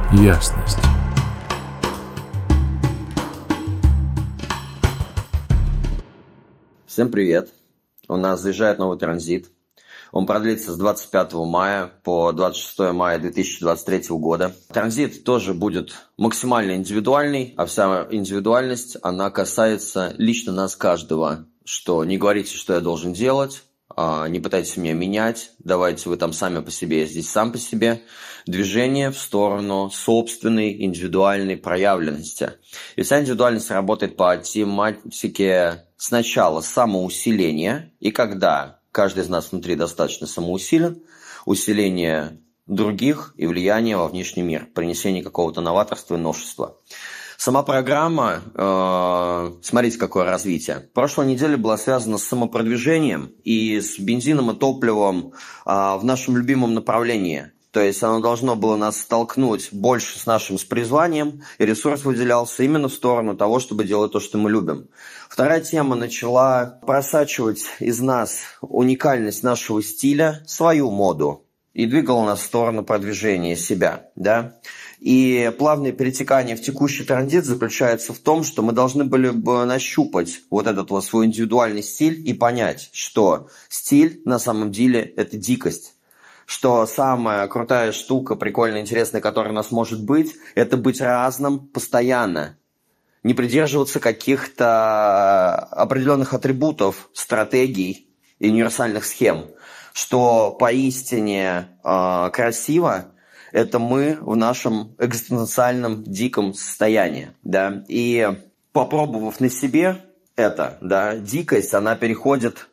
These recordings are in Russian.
ясность. Всем привет! У нас заезжает новый транзит. Он продлится с 25 мая по 26 мая 2023 года. Транзит тоже будет максимально индивидуальный, а вся индивидуальность, она касается лично нас каждого. Что не говорите, что я должен делать, не пытайтесь меня менять, давайте вы там сами по себе, я здесь сам по себе. Движение в сторону собственной индивидуальной проявленности. И вся индивидуальность работает по тематике сначала самоусиления, и когда каждый из нас внутри достаточно самоусилен, усиление других и влияние во внешний мир, принесение какого-то новаторства и новшества. Сама программа, смотрите, какое развитие. Прошлая неделя была связана с самопродвижением и с бензином и топливом в нашем любимом направлении. То есть оно должно было нас столкнуть больше с нашим призванием, и ресурс выделялся именно в сторону того, чтобы делать то, что мы любим. Вторая тема начала просачивать из нас уникальность нашего стиля, свою моду, и двигала нас в сторону продвижения себя, да. И плавное перетекание в текущий транзит заключается в том, что мы должны были бы нащупать вот этот вот свой индивидуальный стиль и понять, что стиль на самом деле это дикость. Что самая крутая штука, прикольная, интересная, которая у нас может быть, это быть разным постоянно. Не придерживаться каких-то определенных атрибутов, стратегий и универсальных схем. Что поистине красиво, это мы в нашем экзистенциальном диком состоянии. Да? И попробовав на себе это, да, дикость, она переходит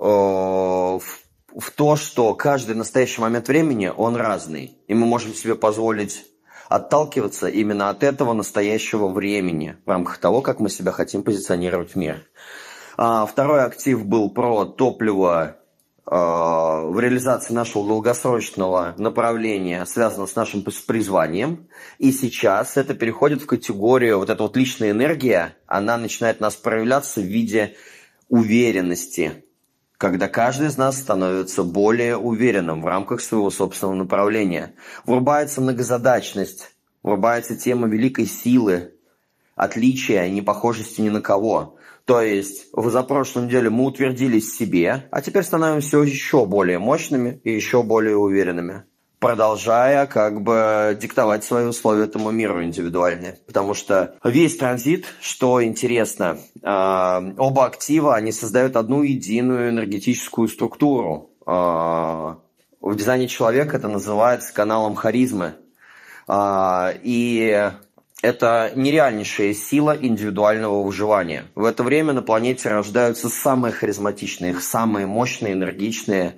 в то, что каждый настоящий момент времени, он разный. И мы можем себе позволить отталкиваться именно от этого настоящего времени в рамках того, как мы себя хотим позиционировать в мире. Второй актив был про топливо в реализации нашего долгосрочного направления, связанного с нашим призванием. И сейчас это переходит в категорию, вот эта вот личная энергия, она начинает у нас проявляться в виде уверенности, когда каждый из нас становится более уверенным в рамках своего собственного направления. Врубается многозадачность, врубается тема великой силы, отличия, непохожести ни на кого. То есть в позапрошлой неделе мы утвердились в себе, а теперь становимся еще более мощными и еще более уверенными, продолжая как бы диктовать свои условия этому миру индивидуальные. Потому что весь транзит, что интересно, оба актива, они создают одну единую энергетическую структуру. В дизайне человека это называется каналом харизмы. И это нереальнейшая сила индивидуального выживания. В это время на планете рождаются самые харизматичные, самые мощные, энергичные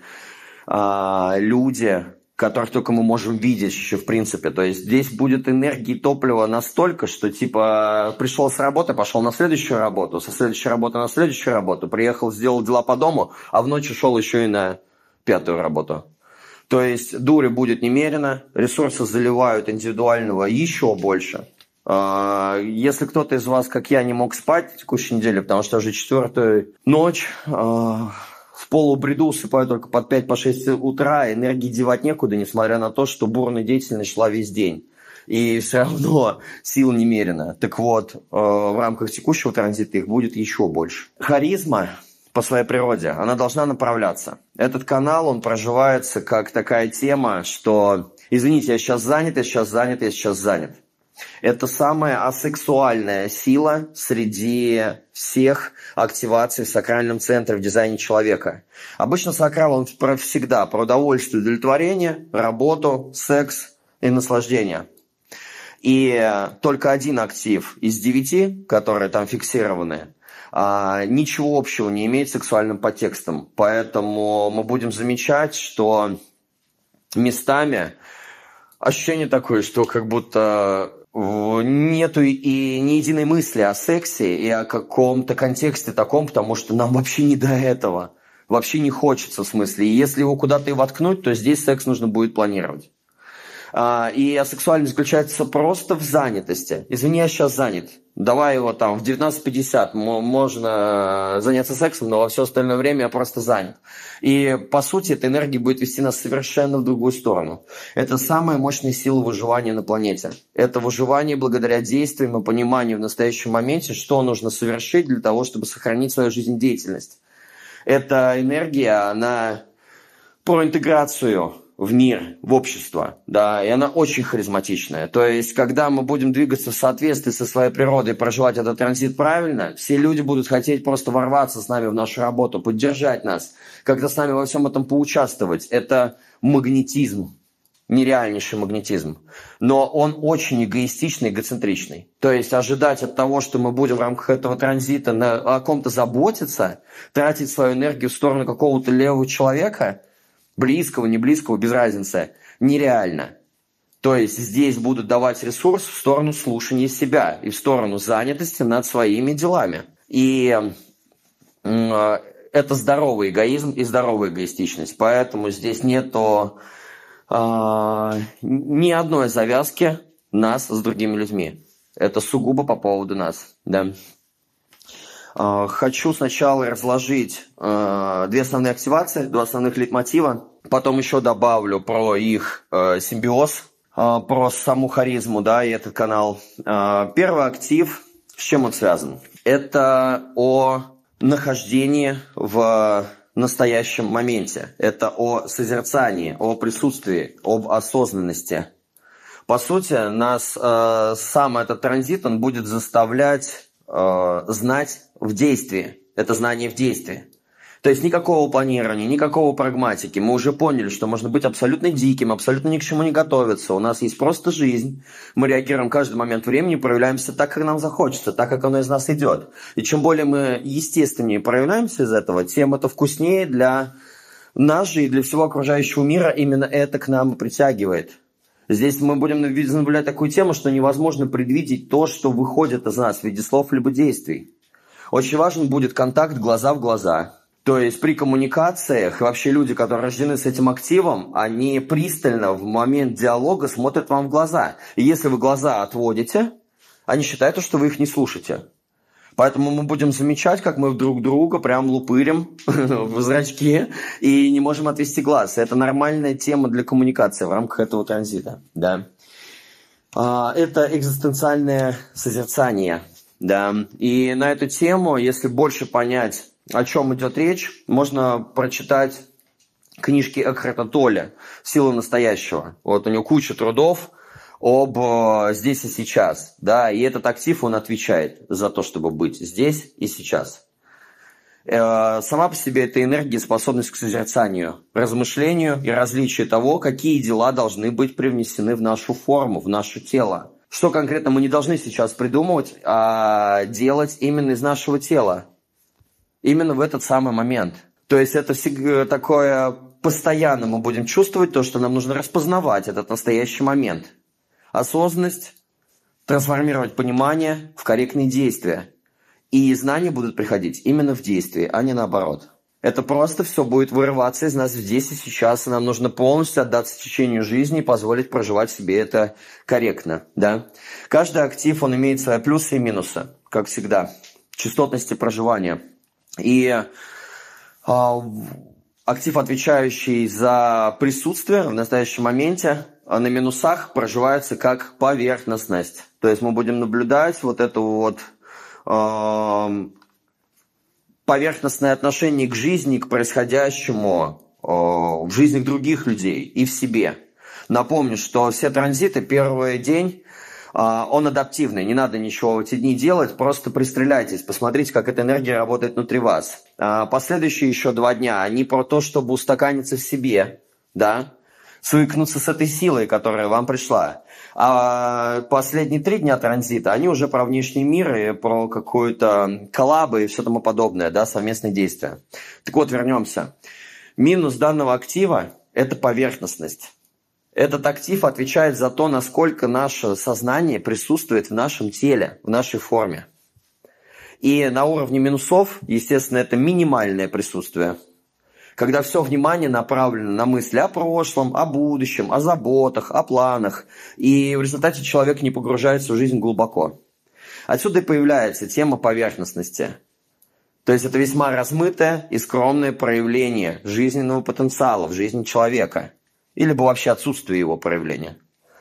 люди, которых только мы можем видеть еще в принципе. То есть здесь будет энергии топлива настолько, что типа пришел с работы, пошел на следующую работу, со следующей работы на следующую работу, приехал, сделал дела по дому, а в ночь ушел еще и на 5-ю работу. То есть дури будет немерено, ресурсы заливают индивидуального еще больше. Если кто-то из вас, как я, не мог спать в текущей неделе, потому что уже 4-я ночь, в полубреду усыпаю только под 5-6 утра, энергии девать некуда, несмотря на то, что бурная деятельность шла весь день. И все равно сил немерено. Так вот, в рамках текущего транзита их будет еще больше. Харизма по своей природе, она должна направляться. Этот канал, он проживается как такая тема, что, извините, я сейчас занят, я сейчас занят, я сейчас занят. Это самая асексуальная сила среди всех активаций в сакральном центре в дизайне человека. Обычно сакрал он всегда про удовольствие, удовлетворение, работу, секс и наслаждение. И только один актив из 9, которые там фиксированы, ничего общего не имеет с сексуальным подтекстом. Поэтому мы будем замечать, что местами ощущение такое, что как будто нету и ни единой мысли о сексе и о каком-то контексте таком, потому что нам вообще не до этого. Вообще не хочется в смысле. И если его куда-то и воткнуть, то здесь секс нужно будет планировать. И асексуальность заключается просто в занятости. Извини, я сейчас занят. Давай его там в 19:50 можно заняться сексом, но во все остальное время я просто занят. И по сути эта энергия будет вести нас совершенно в другую сторону. Это самая мощная сила выживания на планете. Это выживание благодаря действиям и пониманию в настоящем моменте, что нужно совершить для того, чтобы сохранить свою жизнедеятельность. Эта энергия, она про интеграцию в мир, в общество, да, и она очень харизматичная. То есть, когда мы будем двигаться в соответствии со своей природой и проживать этот транзит правильно, все люди будут хотеть просто ворваться с нами в нашу работу, поддержать нас, как-то с нами во всем этом поучаствовать. Это магнетизм, нереальнейший магнетизм. Но он очень эгоистичный, эгоцентричный. То есть, ожидать от того, что мы будем в рамках этого транзита о ком-то заботиться, тратить свою энергию в сторону какого-то левого человека – близкого, не близкого, без разницы, нереально. То есть здесь будут давать ресурс в сторону слушания себя и в сторону занятости над своими делами. И это здоровый эгоизм и здоровая эгоистичность. Поэтому здесь нету ни одной завязки нас с другими людьми. Это сугубо по поводу нас. Да. Хочу сначала разложить две основные активации, два основных лейтмотива. Потом еще добавлю про их симбиоз, про саму харизму, да, и этот канал. Первый актив, с чем он связан? Это о нахождении в настоящем моменте. Это о созерцании, о присутствии, об осознанности. По сути, нас сам этот транзит, он будет заставлять знать в действии. Это знание в действии. То есть никакого планирования, никакого прагматики. Мы уже поняли, что можно быть абсолютно диким, абсолютно ни к чему не готовиться. У нас есть просто жизнь. Мы реагируем каждый момент времени, проявляемся так, как нам захочется, так, как оно из нас идет. И чем более мы естественнее проявляемся из этого, тем это вкуснее для нас же и для всего окружающего мира. Именно это к нам и притягивает. Здесь мы будем наблюдать такую тему, что невозможно предвидеть то, что выходит из нас в виде слов либо действий. Очень важен будет контакт глаза в глаза. То есть при коммуникациях вообще люди, которые рождены с этим активом, они пристально в момент диалога смотрят вам в глаза. И если вы глаза отводите, они считают, что вы их не слушаете. Поэтому мы будем замечать, как мы друг друга прям лупырим в зрачки и не можем отвести глаз. Это нормальная тема для коммуникации в рамках этого транзита. Да. Это экзистенциальное созерцание. Да. И на эту тему, если больше понять, о чем идет речь, можно прочитать книжки Экхарта Толле «Сила настоящего». Вот у него куча трудов об здесь и сейчас. Да, и этот актив, он отвечает за то, чтобы быть здесь и сейчас. Сама по себе эта энергия, способность к созерцанию, размышлению и различию того, какие дела должны быть привнесены в нашу форму, в наше тело. Что конкретно мы не должны сейчас придумывать, а делать именно из нашего тела. Именно в этот самый момент. То есть это всегда такое, постоянно мы будем чувствовать то, что нам нужно распознавать этот настоящий момент. Осознанность, трансформировать понимание в корректные действия. И знания будут приходить именно в действии, а не наоборот. Это просто все будет вырываться из нас здесь и сейчас, и нам нужно полностью отдаться течению жизни и позволить проживать себе это корректно. Да? Каждый актив, он имеет свои плюсы и минусы, как всегда. Частотности проживания. И актив, отвечающий за присутствие в настоящем моменте, на минусах проживается как поверхностность. То есть мы будем наблюдать вот это вот поверхностное отношение к жизни, к происходящему в жизни других людей и в себе. Напомню, что все транзиты, первый день, он адаптивный, не надо ничего в эти дни делать, просто пристреляйтесь, посмотрите, как эта энергия работает внутри вас. Последующие еще 2 дня, они про то, чтобы устаканиться в себе, да, свыкнуться с этой силой, которая вам пришла. А последние 3 дня транзита, они уже про внешний мир и про какую-то коллабы и все тому подобное, да, совместные действия. Так вот, вернемся. Минус данного актива – это поверхностность. Этот актив отвечает за то, насколько наше сознание присутствует в нашем теле, в нашей форме. И на уровне минусов, естественно, это минимальное присутствие. когда все внимание направлено на мысли о прошлом, о будущем, о заботах, о планах, и в результате человек не погружается в жизнь глубоко. Отсюда и появляется тема поверхностности. То есть это весьма размытое и скромное проявление жизненного потенциала в жизни человека, или вообще отсутствие его проявления.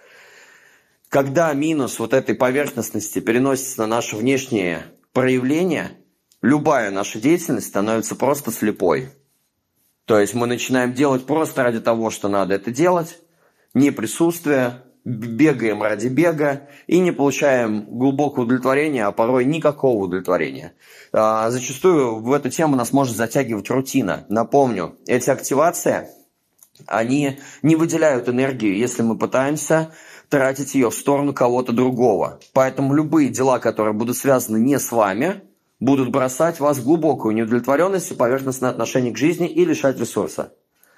Когда минус вот этой поверхностности переносится на наше внешнее проявление, любая наша деятельность становится просто слепой. То есть мы начинаем делать просто ради того, что надо это делать, не присутствуя, бегаем ради бега и не получаем глубокого удовлетворения, а порой никакого удовлетворения. Зачастую в эту тему нас может затягивать рутина. Напомню, эти активации, они не выделяют энергию, если мы пытаемся тратить ее в сторону кого-то другого. Поэтому любые дела, которые будут связаны не с вами, будут бросать вас в глубокую неудовлетворенность и поверхностное отношение к жизни и лишать ресурса.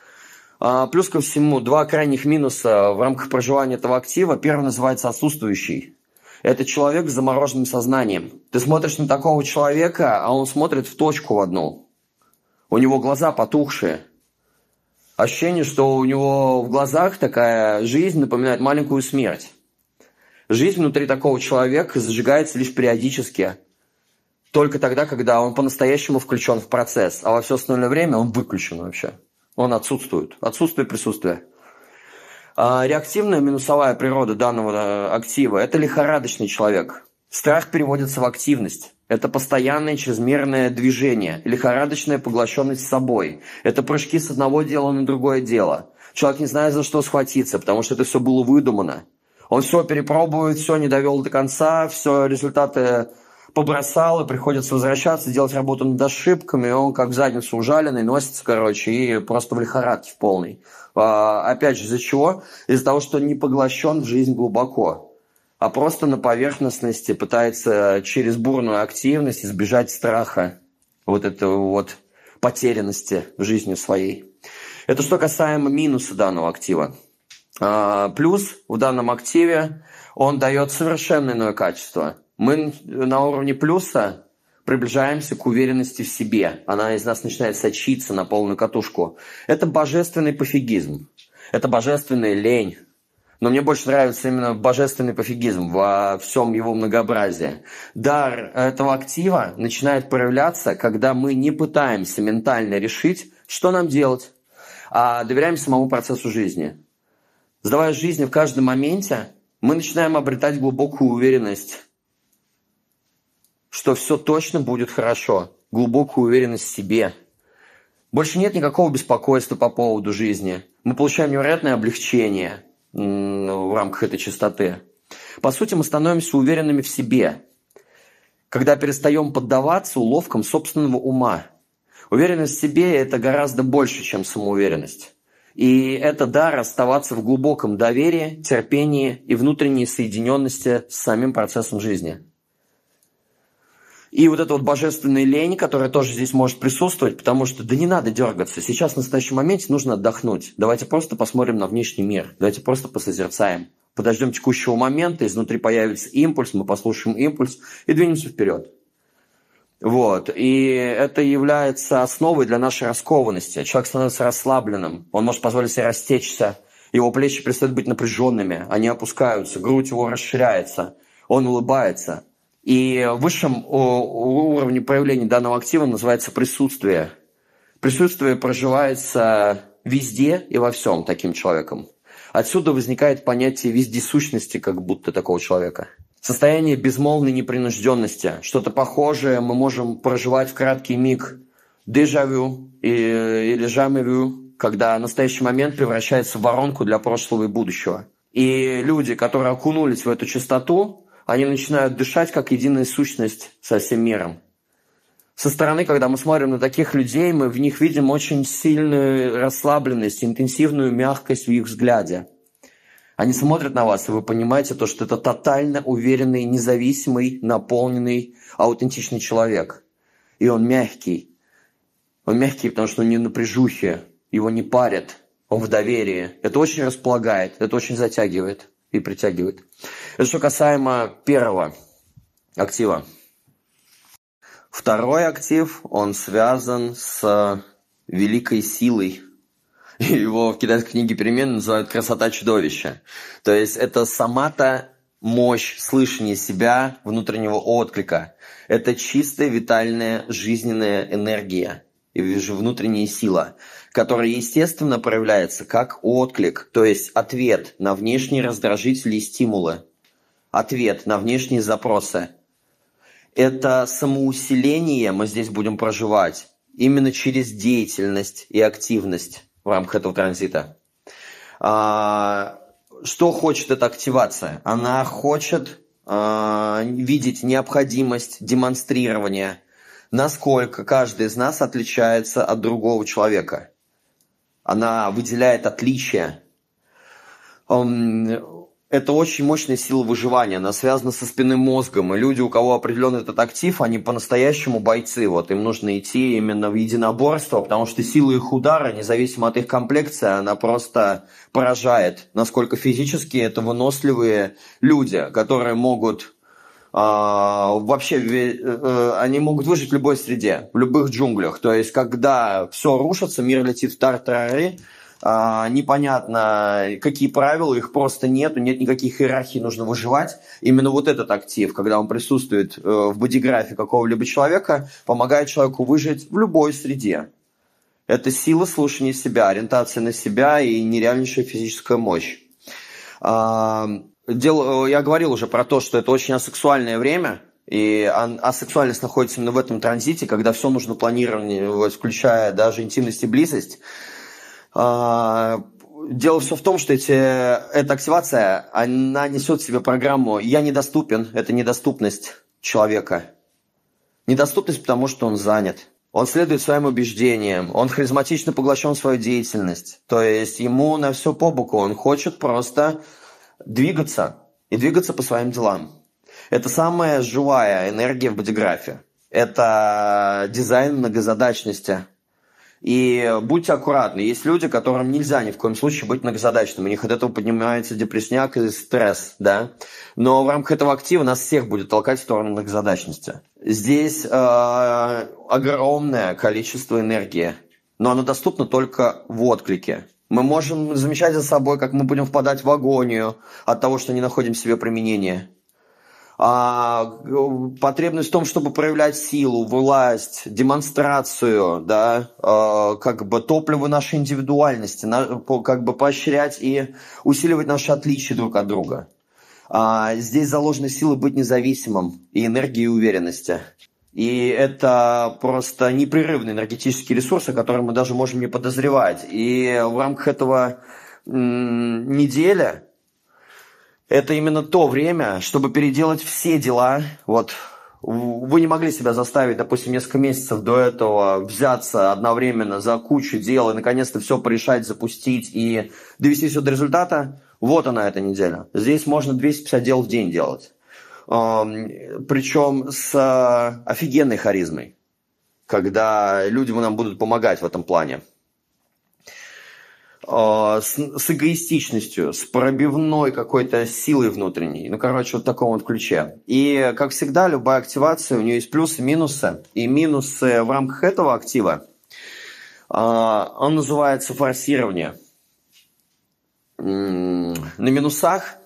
Плюс ко всему, два крайних минуса в рамках проживания этого актива. Первый называется отсутствующий. Это человек с замороженным сознанием. Ты смотришь на такого человека, а он смотрит в точку одну. У него глаза потухшие. Ощущение, что у него в глазах такая жизнь напоминает маленькую смерть. Жизнь внутри такого человека зажигается лишь периодически. Только тогда, когда он по-настоящему включен в процесс. А во все остальное время он выключен вообще. Он отсутствует. Отсутствие присутствия. Реактивная минусовая природа данного актива – это лихорадочный человек. Страх переводится в активность. Это постоянное чрезмерное движение, лихорадочная поглощенность собой. Это прыжки с одного дела на другое дело. Человек не знает, за что схватиться, потому что это все было выдумано. Он все перепробует, все не довел до конца, все результаты побросал, и приходится возвращаться, делать работу над ошибками, и он как в задницу ужаленный носится, и просто в лихорадке в полной. Опять же, из-за чего? Из-за того, что не поглощен в жизнь глубоко, а просто на поверхностности пытается через бурную активность избежать страха, вот этого вот потерянности в жизни своей. Это что касаемо минуса данного актива. Плюс в данном активе он дает совершенно иное качество. Мы на уровне плюса приближаемся к уверенности в себе. Она из нас начинает сочиться на полную катушку. Это божественный пофигизм. Это божественная лень. Но мне больше нравится именно божественный пофигизм во всем его многообразии. Дар этого актива начинает проявляться, когда мы не пытаемся ментально решить, что нам делать, а доверяем самому процессу жизни. Сдавая жизни в каждом моменте, мы начинаем обретать глубокую уверенность, что все точно будет хорошо, глубокую уверенность в себе. Больше нет никакого беспокойства по поводу жизни. Мы получаем невероятное облегчение в рамках этой чистоты. По сути, мы становимся уверенными в себе, когда перестаем поддаваться уловкам собственного ума. Уверенность в себе – это гораздо больше, чем самоуверенность. И это дар оставаться в глубоком доверии, терпении и внутренней соединенности с самим процессом жизни. И вот эта вот божественная лень, которая тоже здесь может присутствовать, потому что да не надо дергаться. Сейчас в настоящем моменте нужно отдохнуть. Давайте просто посмотрим на внешний мир. Давайте просто посозерцаем. Подождем текущего момента, изнутри появится импульс, мы послушаем импульс и двинемся вперед. Вот. И это является основой для нашей раскованности. Человек становится расслабленным, он может позволить себе растечься, его плечи перестают быть напряженными, они опускаются, грудь его расширяется, он улыбается. И высшим уровнем проявления данного актива называется присутствие. Присутствие проживается везде и во всем таким человеком. Отсюда возникает понятие вездесущности как будто такого человека. Состояние безмолвной непринужденности. Что-то похожее мы можем проживать в краткий миг. Дежавю или жамевю, когда настоящий момент превращается в воронку для прошлого и будущего. И люди, которые окунулись в эту чистоту, они начинают дышать как единая сущность со всем миром. Со стороны, когда мы смотрим на таких людей, мы в них видим очень сильную расслабленность, интенсивную мягкость в их взгляде. Они смотрят на вас, и вы понимаете, то, что это тотально уверенный, независимый, наполненный, аутентичный человек. И он мягкий. Он мягкий, потому что он не в напряжухе, его не парят, он в доверии. Это очень располагает, это очень затягивает и притягивает. Это что касаемо первого актива. Второй актив, он связан с великой силой. Его в китайской книге «Перемен» называют «красота чудовища». То есть это сама-то мощь слышания себя, внутреннего отклика. Это чистая, витальная, жизненная энергия и внутренняя сила, которая, естественно, проявляется как отклик, то есть ответ на внешние раздражители и стимулы, ответ на внешние запросы. Это самоусиление мы здесь будем проживать именно через деятельность и активность в рамках этого транзита. Что хочет эта активация? Она хочет видеть необходимость демонстрирования, насколько каждый из нас отличается от другого человека. Она выделяет отличия. Это очень мощная сила выживания, она связана со спинным мозгом, и люди, у кого определен этот актив, они по-настоящему бойцы, вот им нужно идти именно в единоборство, потому что сила их удара, независимо от их комплекции, она просто поражает, насколько физически это выносливые люди, которые могут они могут выжить в любой среде, в любых джунглях, то есть когда все рушится, мир летит в тартарары, непонятно, какие правила, их просто нет никаких иерархий, нужно выживать. Именно вот этот актив, когда он присутствует в бодиграфе какого-либо человека, помогает человеку выжить в любой среде. Это сила слушания себя, ориентация на себя и нереальнейшая физическая мощь. Я говорил уже про то, что это очень асексуальное время, и асексуальность находится именно в этом транзите, когда все нужно планировать, включая даже интимность и близость. Дело все в том, что эта активация, она несет в себе программу «я недоступен», это недоступность человека. Недоступность, потому что он занят. Он следует своим убеждениям, он харизматично поглощен в свою деятельность. То есть ему на все по боку, он хочет просто двигаться и двигаться по своим делам. Это самая живая энергия в бодиграфе. Это дизайн многозадачности. И будьте аккуратны, есть люди, которым нельзя ни в коем случае быть многозадачным, у них от этого поднимается депрессняк и стресс, да. Но в рамках этого актива нас всех будет толкать в сторону многозадачности. Здесь огромное количество энергии, но оно доступно только в отклике. Мы можем замечать за собой, как мы будем впадать в агонию от того, что не находим себе применения. Потребность в том, чтобы проявлять силу, власть, демонстрацию, да, как бы топливо нашей индивидуальности, как бы поощрять и усиливать наши отличия друг от друга. Здесь заложена сила быть независимым и энергии и уверенности. И это просто непрерывный энергетический ресурс, о котором мы даже можем не подозревать. И в рамках этого недели это именно то время, чтобы переделать все дела. Вот вы не могли себя заставить, допустим, несколько месяцев до этого взяться одновременно за кучу дел и наконец-то все порешать, запустить и довести все до результата. Вот она, эта неделя. Здесь можно 250 дел в день делать. Причем с офигенной харизмой, когда люди нам будут помогать в этом плане. С эгоистичностью, с пробивной какой-то силой внутренней. Ну, короче, вот в таком вот ключе. И, как всегда, любая активация, у нее есть плюсы и минусы. И минусы в рамках этого актива, он называется форсирование. На минусах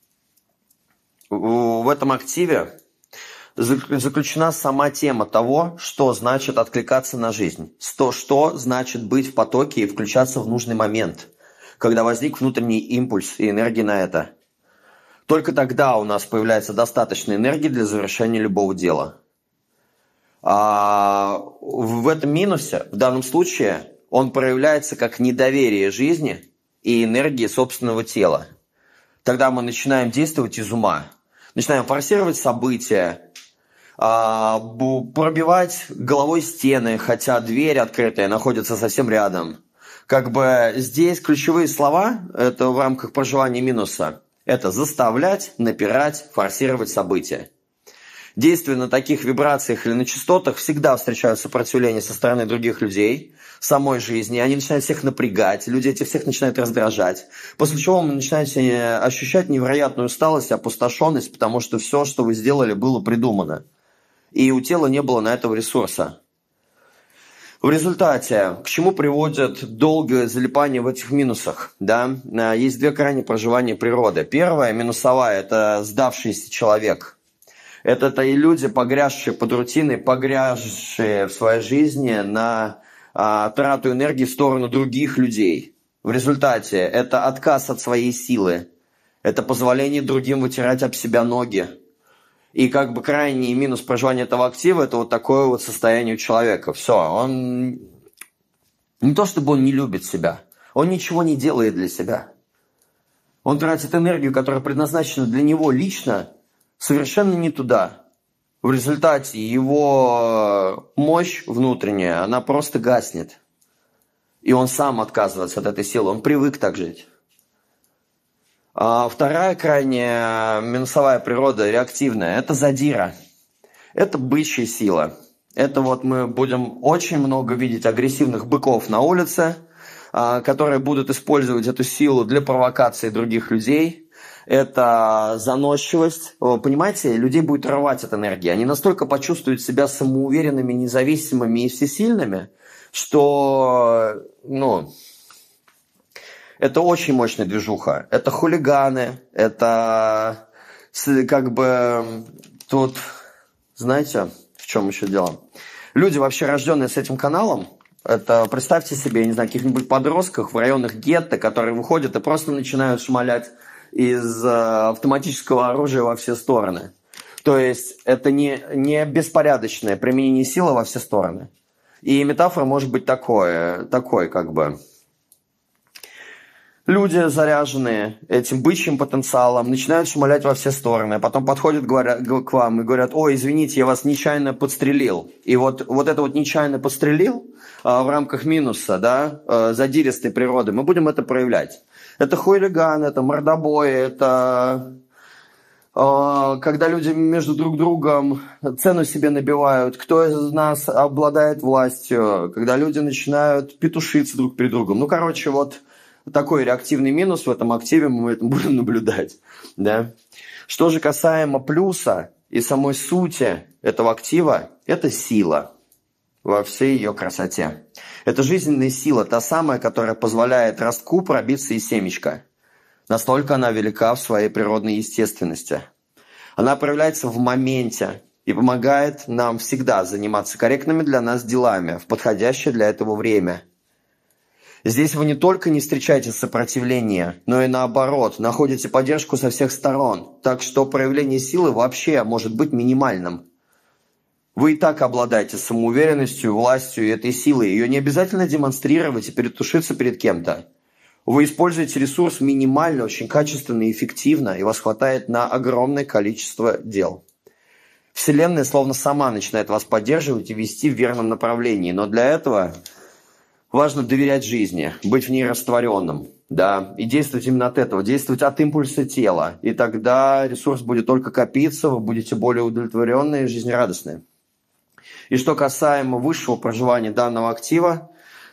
в этом активе заключена сама тема того, что значит откликаться на жизнь, что значит быть в потоке и включаться в нужный момент, когда возник внутренний импульс и энергия на это. Только тогда у нас появляется достаточно энергии для завершения любого дела. В этом минусе, в данном случае, он проявляется как недоверие жизни и энергии собственного тела. Тогда мы начинаем действовать из ума, начинаем форсировать события, пробивать головой стены, хотя дверь открытая находится совсем рядом. Как бы здесь ключевые слова, это в рамках проживания минуса, это заставлять, напирать, форсировать события. Действуя на таких вибрациях или на частотах, всегда встречают сопротивление со стороны других людей, самой жизни, они начинают всех напрягать, люди этих всех начинают раздражать, после чего вы начинаете ощущать невероятную усталость, опустошенность, потому что все, что вы сделали, было придумано. И у тела не было на этого ресурса. В результате, к чему приводит долгое залипание в этих минусах? Да? Есть две крайние проживания природы. Первая, минусовая, это сдавшийся человек. Это и люди, погрязшие под рутиной, погрязшие в своей жизни на трату энергии в сторону других людей. В результате это отказ от своей силы. Это позволение другим вытирать об себя ноги. И как бы крайний минус проживания этого актива – это вот такое вот состояние у человека. Все, он не то чтобы он не любит себя, он ничего не делает для себя. Он тратит энергию, которая предназначена для него лично, совершенно не туда. В результате его мощь внутренняя, она просто гаснет. И он сам отказывается от этой силы, он привык так жить. А вторая крайняя минусовая природа, реактивная, это задира. Это бычья сила. Это вот мы будем очень много видеть агрессивных быков на улице, которые будут использовать эту силу для провокации других людей. Это заносчивость. Понимаете, людей будет рвать от энергии. Они настолько почувствуют себя самоуверенными, независимыми и всесильными, что, это очень мощная движуха. Это хулиганы, это как бы тут, знаете, в чем еще дело? Люди, вообще рожденные с этим каналом, это представьте себе, я не знаю, каких-нибудь подростков в районах гетто, которые выходят и просто начинают шмалять из автоматического оружия во все стороны. То есть это не беспорядочное применение силы во все стороны. И метафора может быть такой как бы... Люди, заряженные этим бычьим потенциалом, начинают шмалять во все стороны, а потом подходят к вам и говорят: ой, извините, я вас нечаянно подстрелил. И вот это вот нечаянно подстрелил в рамках минуса, да, задиристой природы, мы будем это проявлять. Это хулиган, это мордобой, это когда люди между друг другом цену себе набивают, кто из нас обладает властью, когда люди начинают петушиться друг перед другом. Вот такой реактивный минус в этом активе мы это будем наблюдать. Да? Что же касаемо плюса и самой сути этого актива, это сила во всей ее красоте. Это жизненная сила, та самая, которая позволяет ростку пробиться из семечка. Настолько она велика в своей природной естественности. Она проявляется в моменте и помогает нам всегда заниматься корректными для нас делами в подходящее для этого время. Здесь вы не только не встречаете сопротивления, но и наоборот, находите поддержку со всех сторон, так что проявление силы вообще может быть минимальным. Вы и так обладаете самоуверенностью, властью этой силы, ее не обязательно демонстрировать и перетушиться перед кем-то. Вы используете ресурс минимально, очень качественно и эффективно, и вас хватает на огромное количество дел. Вселенная словно сама начинает вас поддерживать и вести в верном направлении, но для этого... важно доверять жизни, быть в ней растворенным, да, и действовать именно от этого, действовать от импульса тела. И тогда ресурс будет только копиться, вы будете более удовлетворенные и жизнерадостные. И что касаемо высшего проживания данного актива,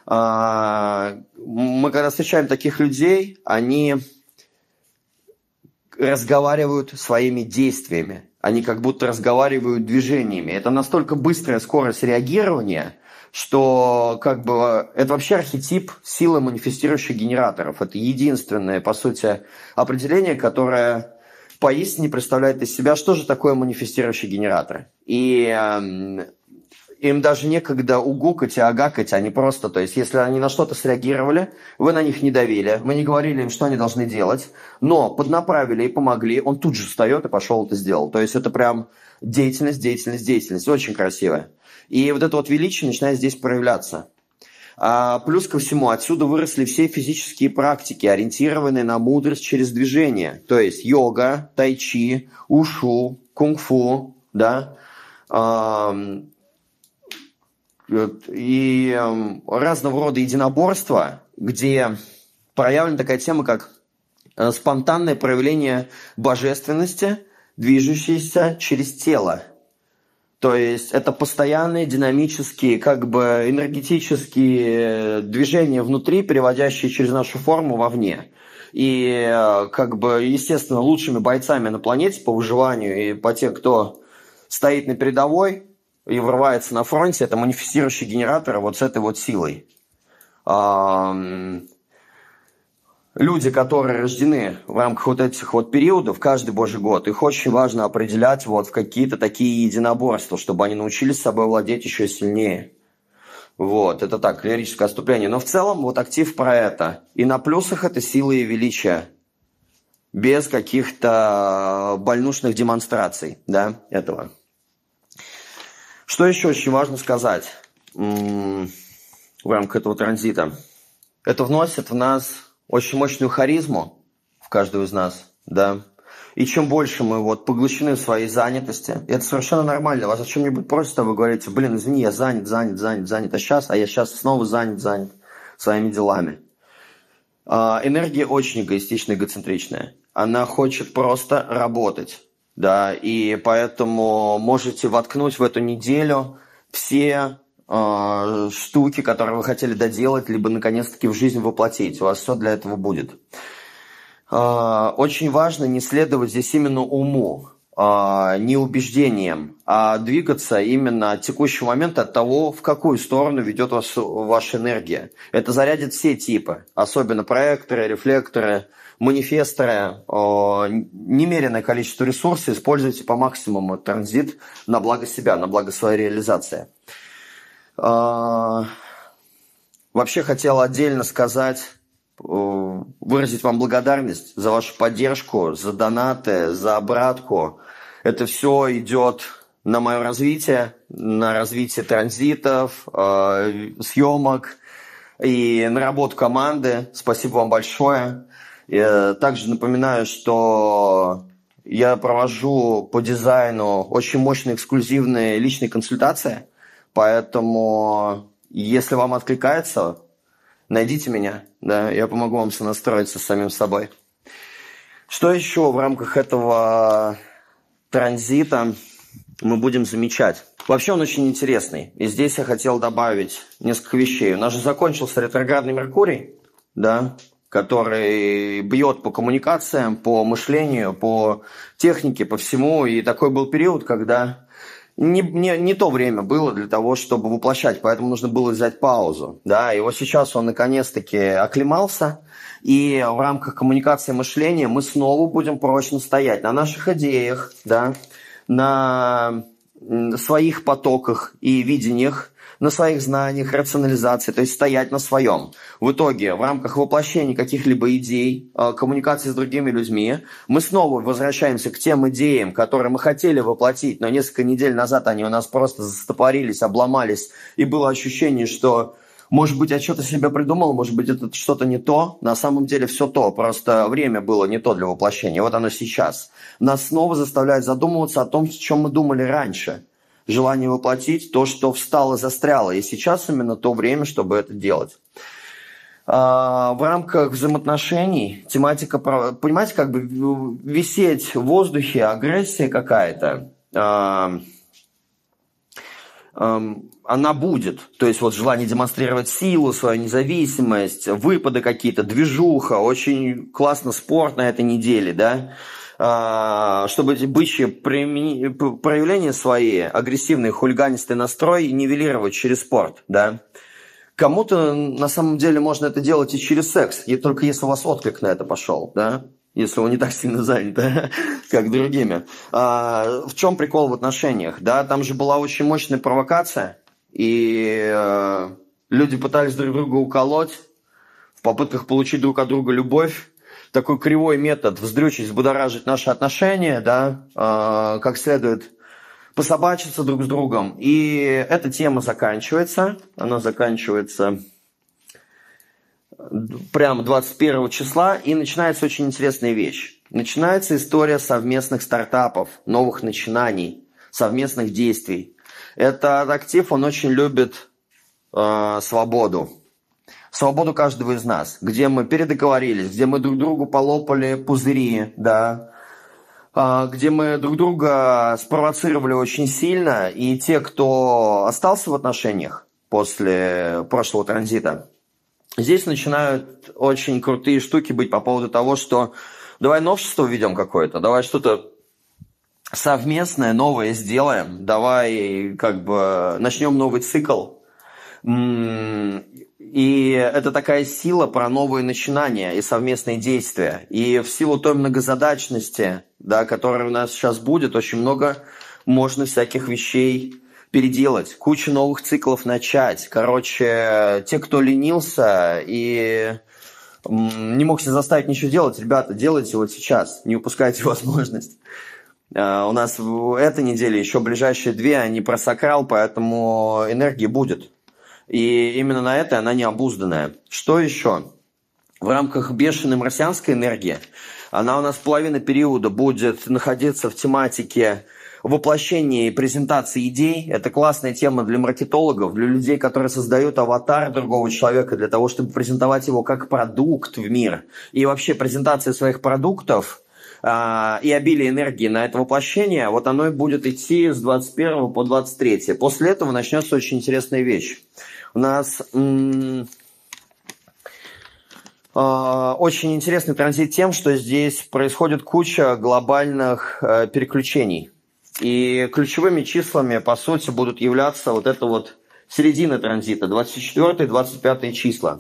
мы когда встречаем таких людей, они разговаривают своими действиями, они как будто разговаривают движениями. Это настолько быстрая скорость реагирования, что как бы это вообще архетип силы манифестирующих генераторов. Это единственное, по сути, определение, которое поистине представляет из себя, что же такое манифестирующие генераторы. И им даже некогда угукать и агакать, они просто, то есть если они на что-то среагировали, вы на них не давили, вы не говорили им, что они должны делать, но поднаправили и помогли, он тут же встает и пошел это сделал. То есть это прям деятельность, очень красивая. И вот это вот величие начинает здесь проявляться. Плюс ко всему, отсюда выросли все физические практики, ориентированные на мудрость через движение. То есть йога, тайчи, ушу, кунг-фу, да, и разного рода единоборства, где проявлена такая тема, как спонтанное проявление божественности, движущееся через тело. То есть это постоянные динамические, как бы энергетические движения внутри, переводящие через нашу форму вовне. И как бы, естественно, лучшими бойцами на планете по выживанию и по тем, кто стоит на передовой, и врывается на фронте, это манифестирующий генератор вот с этой вот силой. Люди, которые рождены в рамках вот этих вот периодов, каждый божий год, их очень важно определять вот в какие-то такие единоборства, чтобы они научились собой владеть еще сильнее. Вот, это так, лирическое отступление. Но в целом вот актив про это. И на плюсах это сила и величие. Без каких-то больнушных демонстраций, да, этого. Что еще очень важно сказать в рамках этого транзита? Это вносит в нас очень мощную харизму в каждого из нас, да. И чем больше мы вот поглощены в своей занятости, и это совершенно нормально. Вас о чем-нибудь просят, а вы говорите: блин, извини, я занят, а я сейчас снова занят своими делами. Энергия очень эгоистичная, эгоцентричная. Она хочет просто работать, да, и поэтому можете воткнуть в эту неделю все штуки, которые вы хотели доделать, либо наконец-таки в жизнь воплотить. У вас все для этого будет. Очень важно не следовать здесь именно уму, не убеждениям, а двигаться именно от текущего момента, от того, в какую сторону ведет вас ваша энергия. Это зарядит все типы, особенно проекторы, рефлекторы, манифесторы. Немеренное количество ресурсов используйте по максимуму транзит на благо себя, на благо своей реализации. Вообще хотел отдельно сказать, выразить вам благодарность за вашу поддержку, за донаты, за обратку. Это все идет на мое развитие, на развитие транзитов, съемок и на работу команды. Спасибо вам большое. Я также напоминаю, что я провожу по дизайну очень мощные эксклюзивные личные консультации, поэтому если вам откликается, найдите меня, да, я помогу вам сонастроиться с самим собой. Что еще в рамках этого транзита мы будем замечать? Вообще он очень интересный. И здесь я хотел добавить несколько вещей. У нас же закончился ретроградный Меркурий, да, который бьет по коммуникациям, по мышлению, по технике, по всему. И такой был период, когда не то время было для того, чтобы воплощать, поэтому нужно было взять паузу. Да? И вот сейчас он наконец-таки оклемался, и в рамках коммуникации мышления мы снова будем прочно стоять на наших идеях, да? На своих потоках и видениях, на своих знаниях, рационализации, то есть стоять на своем. В итоге, в рамках воплощения каких-либо идей, коммуникации с другими людьми, мы снова возвращаемся к тем идеям, которые мы хотели воплотить, но несколько недель назад они у нас просто застопорились, обломались, и было ощущение, что, может быть, я что-то себе придумал, может быть, это что-то не то. На самом деле все то, просто время было не то для воплощения, вот оно сейчас. Нас снова заставляет задумываться о том, о чем мы думали раньше. Желание воплотить то, что встало, застряло. И сейчас именно то время, чтобы это делать. В рамках взаимоотношений тематика, понимаете, как бы висеть в воздухе, агрессия какая-то, она будет. То есть вот желание демонстрировать силу, свою независимость, выпады какие-то, движуха, очень классно спорт на этой неделе, да, чтобы эти бычьи проявления свои, агрессивный, хулиганистый настрой нивелировать через спорт, да. Кому-то на самом деле можно это делать и через секс, и только если у вас отклик на это пошел, да, если он не так сильно занят, да, как другими. В чем прикол в отношениях, да, там же была очень мощная провокация, и люди пытались друг друга уколоть в попытках получить друг от друга любовь. Такой кривой метод вздрючить, взбудоражить наши отношения, да, как следует пособачиться друг с другом. И эта тема заканчивается. Она заканчивается прямо 21 числа. И начинается очень интересная вещь. Начинается история совместных стартапов, новых начинаний, совместных действий. Этот актив, он очень любит свободу. Свободу каждого из нас, где мы передоговорились, где мы друг другу полопали пузыри, да, где мы друг друга спровоцировали очень сильно, и те, кто остался в отношениях после прошлого транзита, здесь начинают очень крутые штуки быть по поводу того, что давай новшество введем какое-то, давай что-то совместное новое сделаем, давай как бы начнем новый цикл. И это такая сила про новые начинания и совместные действия. И в силу той многозадачности, да, которая у нас сейчас будет, очень много можно всяких вещей переделать, кучу новых циклов начать. Короче, те, кто ленился и не мог себя заставить ничего делать, ребята, делайте вот сейчас, не упускайте возможность. У нас эта неделя, еще ближайшие 2, они про сакрал, поэтому энергии будет. И именно на это она необузданная. Что еще? В рамках бешеной марсианской энергии она у нас половина периода будет находиться в тематике воплощения и презентации идей. Это классная тема для маркетологов, для людей, которые создают аватар другого человека для того, чтобы презентовать его как продукт в мир. И вообще презентация своих продуктов и обилие энергии на это воплощение, вот оно и будет идти с 21 по 23. После этого начнется очень интересная вещь. У нас очень интересный транзит тем, что здесь происходит куча глобальных переключений. И ключевыми числами, по сути, будут являться вот это вот середина транзита, 24-25 числа.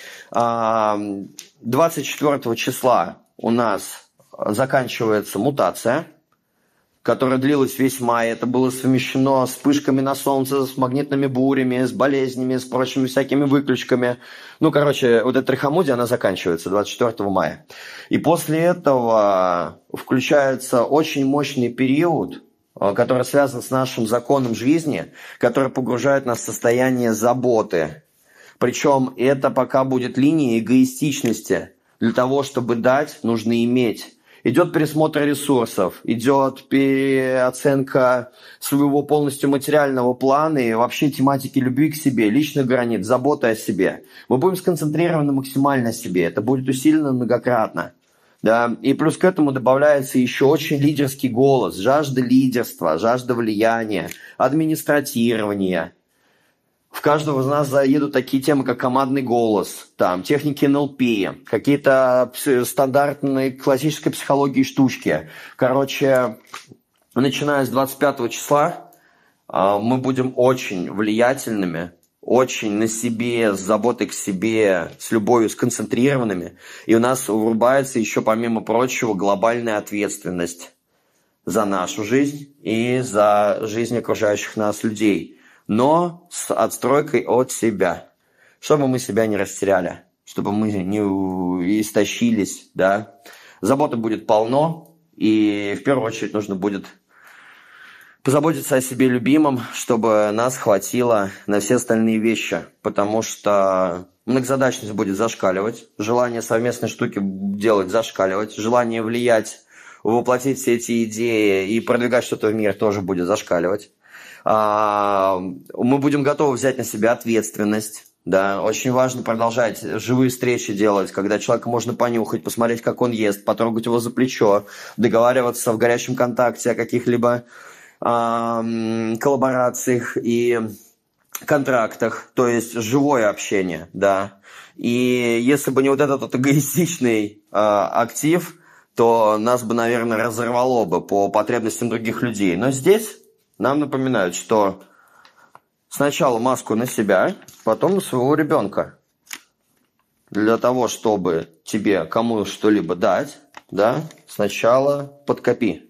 24 числа у нас заканчивается мутация, которая длилась весь май. Это было совмещено с вспышками на солнце, с магнитными бурями, с болезнями, с прочими всякими выключками. Ну, короче, вот эта трихомудия, она заканчивается 24 мая. И после этого включается очень мощный период, который связан с нашим законом жизни, который погружает нас в состояние заботы. Причем это пока будет линия эгоистичности. Для того, чтобы дать, нужно иметь. Идет пересмотр ресурсов, идет переоценка своего полностью материального плана и вообще тематики любви к себе, личных границ, заботы о себе. Мы будем сконцентрированы максимально на себе, это будет усилено многократно. Да? И плюс к этому добавляется еще очень лидерский голос, жажда лидерства, жажда влияния, администратирования. В каждого из нас заедут такие темы, как командный голос, там, техники НЛП, какие-то стандартные классической психологии штучки. Короче, начиная с 25 числа мы будем очень влиятельными, очень на себе, с заботой к себе, с любовью сконцентрированными. И у нас врубается еще, помимо прочего, глобальная ответственность за нашу жизнь и за жизнь окружающих нас людей. Но с отстройкой от себя, чтобы мы себя не растеряли, чтобы мы не истощились, да. Заботы будет полно, и в первую очередь нужно будет позаботиться о себе любимом, чтобы нас хватило на все остальные вещи, потому что многозадачность будет зашкаливать, желание совместной штуки делать зашкаливать, желание влиять, воплотить все эти идеи и продвигать что-то в мир тоже будет зашкаливать. Мы будем готовы взять на себя ответственность. Да, очень важно продолжать живые встречи делать, когда человека можно понюхать, посмотреть, как он ест, потрогать его за плечо, договариваться в горячем контакте о каких-либо коллаборациях и контрактах, то есть живое общение, да. И если бы не вот этот вот эгоистичный актив, то нас бы, наверное, разорвало бы по потребностям других людей. Но здесь нам напоминают, что сначала маску на себя, потом на своего ребенка. Для того, чтобы тебе кому что-либо дать, да, сначала подкопи.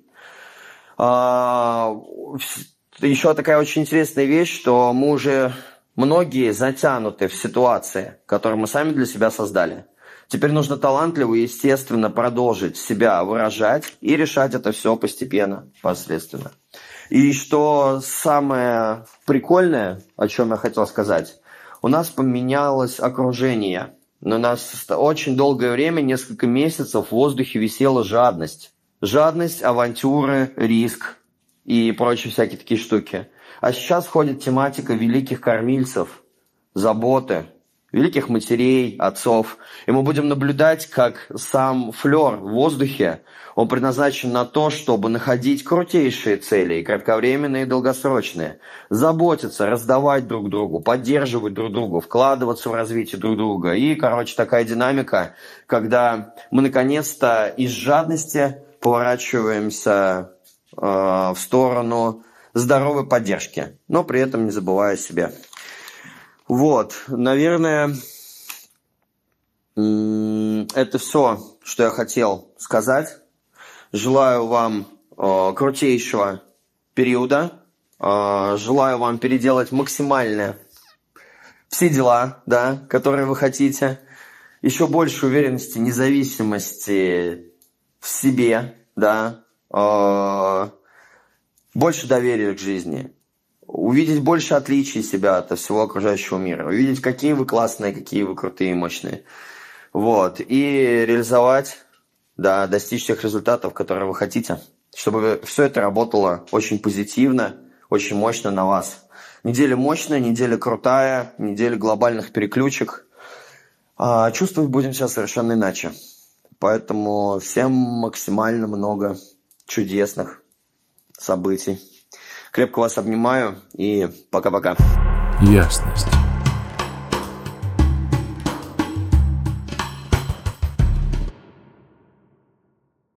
Еще такая очень интересная вещь, что мы уже многие затянуты в ситуации, которую мы сами для себя создали. Теперь нужно талантливо и естественно продолжить себя выражать и решать это все постепенно, посредственно. И что самое прикольное, о чем я хотел сказать, у нас поменялось окружение. Но у нас очень долгое время, несколько месяцев в воздухе висела жадность. Жадность, авантюры, риск и прочие всякие такие штуки. А сейчас входит тематика великих кормильцев, заботы, великих матерей, отцов. И мы будем наблюдать, как сам флёр в воздухе, он предназначен на то, чтобы находить крутейшие цели, и кратковременные, и долгосрочные. Заботиться, раздавать друг другу, поддерживать друг друга, вкладываться в развитие друг друга. И, короче, такая динамика, когда мы наконец-то из жадности поворачиваемся в сторону здоровой поддержки, но при этом не забывая о себе. Вот, наверное, это все, что я хотел сказать. Желаю вам крутейшего периода. Желаю вам переделать максимально все дела, да, которые вы хотите. Еще больше уверенности, независимости в себе, да. Больше доверия к жизни. Увидеть больше отличий себя от всего окружающего мира. Увидеть, какие вы классные, какие вы крутые и мощные. Вот. И реализовать, да, достичь тех результатов, которые вы хотите. Чтобы все это работало очень позитивно, очень мощно на вас. Неделя мощная, неделя крутая, неделя глобальных переключек. А чувствовать будем сейчас совершенно иначе. Поэтому всем максимально много чудесных событий. Крепко вас обнимаю и пока-пока. Ясность.